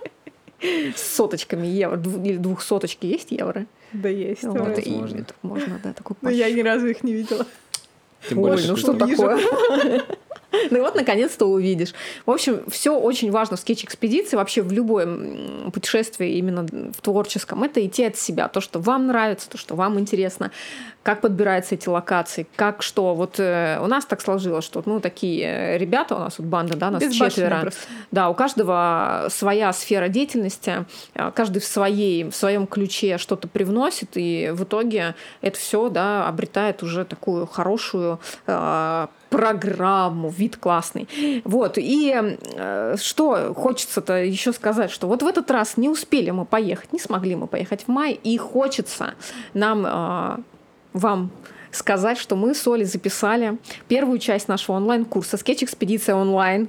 С соточками евро. Или двухсоточки есть евро? Да, есть. Вот, и можно, да, такой Но я ни разу их не видела. Тем Ой, больше, ну что такое? Ну и вот, наконец-то увидишь. В общем, все очень важно в скетч-экспедиции, вообще в любом путешествии, именно в творческом. Это идти от себя. То, что вам нравится, то, что вам интересно, как подбираются эти локации, как что. Вот э, у нас так сложилось, что ну, такие ребята, у нас вот банда, да, нас четверо. Просто. Да, у каждого своя сфера деятельности, каждый в, своей, в своем ключе что-то привносит, и в итоге это все, да, обретает уже такую хорошую э, программу, вид классный. Вот. И э, что хочется-то еще сказать, что вот в этот раз не успели мы поехать, не смогли мы поехать в мае, и хочется нам, э, вам сказать, что мы с Олей записали первую часть нашего онлайн-курса «Скетч-экспедиция онлайн».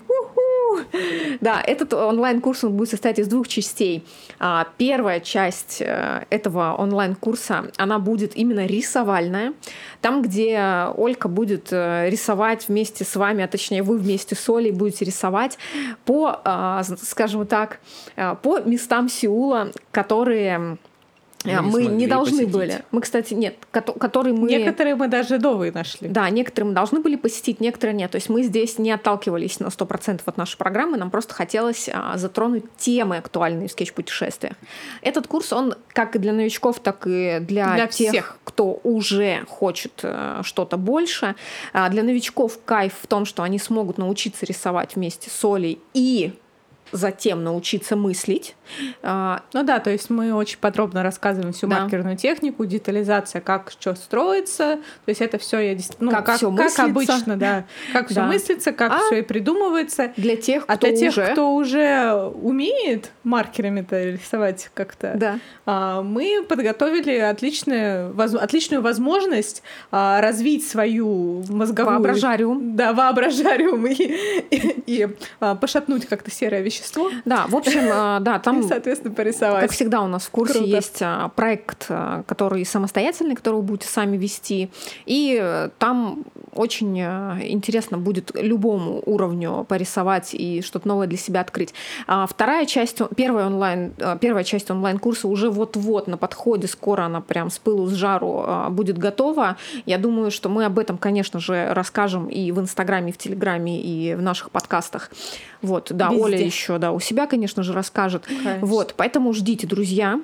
Да, этот онлайн-курс он будет состоять из двух частей. Первая часть этого онлайн-курса, она будет именно рисовальная. Там, где Олька будет рисовать вместе с вами, а точнее вы вместе с Олей будете рисовать по, скажем так, по местам Сеула, которые... Мы, мы не, не должны посетить. были. Мы, кстати, нет, которые мы... Некоторые мы даже новые нашли. Да, некоторые мы должны были посетить, некоторые нет. То есть мы здесь не отталкивались на сто процентов от нашей программы, нам просто хотелось а, затронуть темы, актуальные в скетч-путешествиях. Этот курс, он как и для новичков, так и для, для тех, всех. Кто уже хочет а, что-то больше. А, для новичков кайф в том, что они смогут научиться рисовать вместе с Олей и затем научиться мыслить. Ну да, то есть мы очень подробно рассказываем всю да. маркерную технику, детализация, как что строится. То есть это все я ну, как, как, всё как обычно, да, как все да. мыслится, как а все и придумывается. Для тех, кто а для тех, уже... кто уже умеет маркерами-то рисовать как-то, да. мы подготовили отличную, отличную возможность развить свою мозговую... Воображариум. Да, воображариум и, и, и пошатнуть как-то серое вещество. Да, в общем, да, там, и, соответственно, порисовать. Как всегда у нас в курсе Круто. Есть проект, который самостоятельный, который вы будете сами вести, и там очень интересно будет любому уровню порисовать и что-то новое для себя открыть. Вторая часть, первая, онлайн, первая часть онлайн-курса уже вот-вот на подходе, скоро она прям с пылу с жару будет готова. Я думаю, что мы об этом, конечно же, расскажем и в Инстаграме, и в Телеграме, и в наших подкастах. Вот, да, Везде. Оля еще, да, у себя, конечно же, расскажет. Конечно. Вот, поэтому ждите, друзья.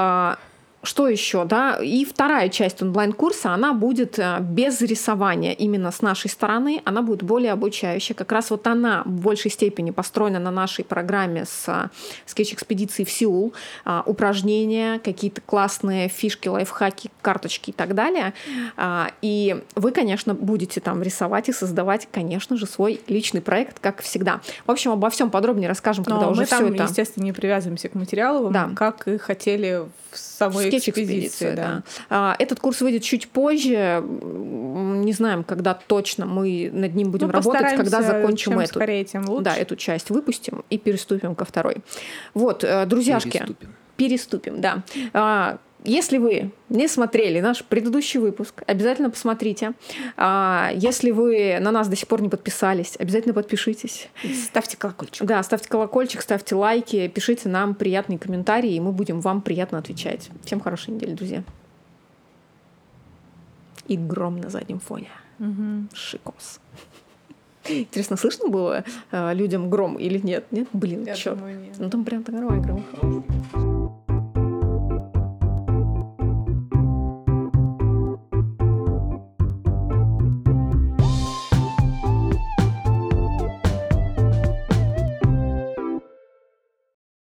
Что еще, да? И вторая часть онлайн-курса, она будет без рисования именно с нашей стороны, она будет более обучающая. Как раз вот она в большей степени построена на нашей программе с скетч-экспедицией в Сеул. Упражнения, какие-то классные фишки, лайфхаки, карточки и так далее. И вы, конечно, будете там рисовать и создавать, конечно же, свой личный проект, как всегда. В общем, обо всем подробнее расскажем, когда Но уже мы все там, это... естественно, не привязываемся к материалу, да. как и хотели в самой экспедиции. Да. Да. Этот курс выйдет чуть позже. Не знаем, когда точно мы над ним будем ну, работать, когда закончим чем эту, скорее, тем лучше. Да, эту часть выпустим и переступим ко второй. Вот, друзьяшки. Переступим. Переступим, да. Если вы не смотрели наш предыдущий выпуск, обязательно посмотрите. Если вы на нас до сих пор не подписались, обязательно подпишитесь. Ставьте колокольчик. Да, ставьте колокольчик, ставьте лайки, пишите нам приятные комментарии, и мы будем вам приятно отвечать. Всем хорошей недели, друзья. и гром на заднем фоне. Угу. Шикос. Интересно, слышно было э, людям гром или нет? Нет? Блин, Я чё? думаю, нет. Ну там прям такой громыхал.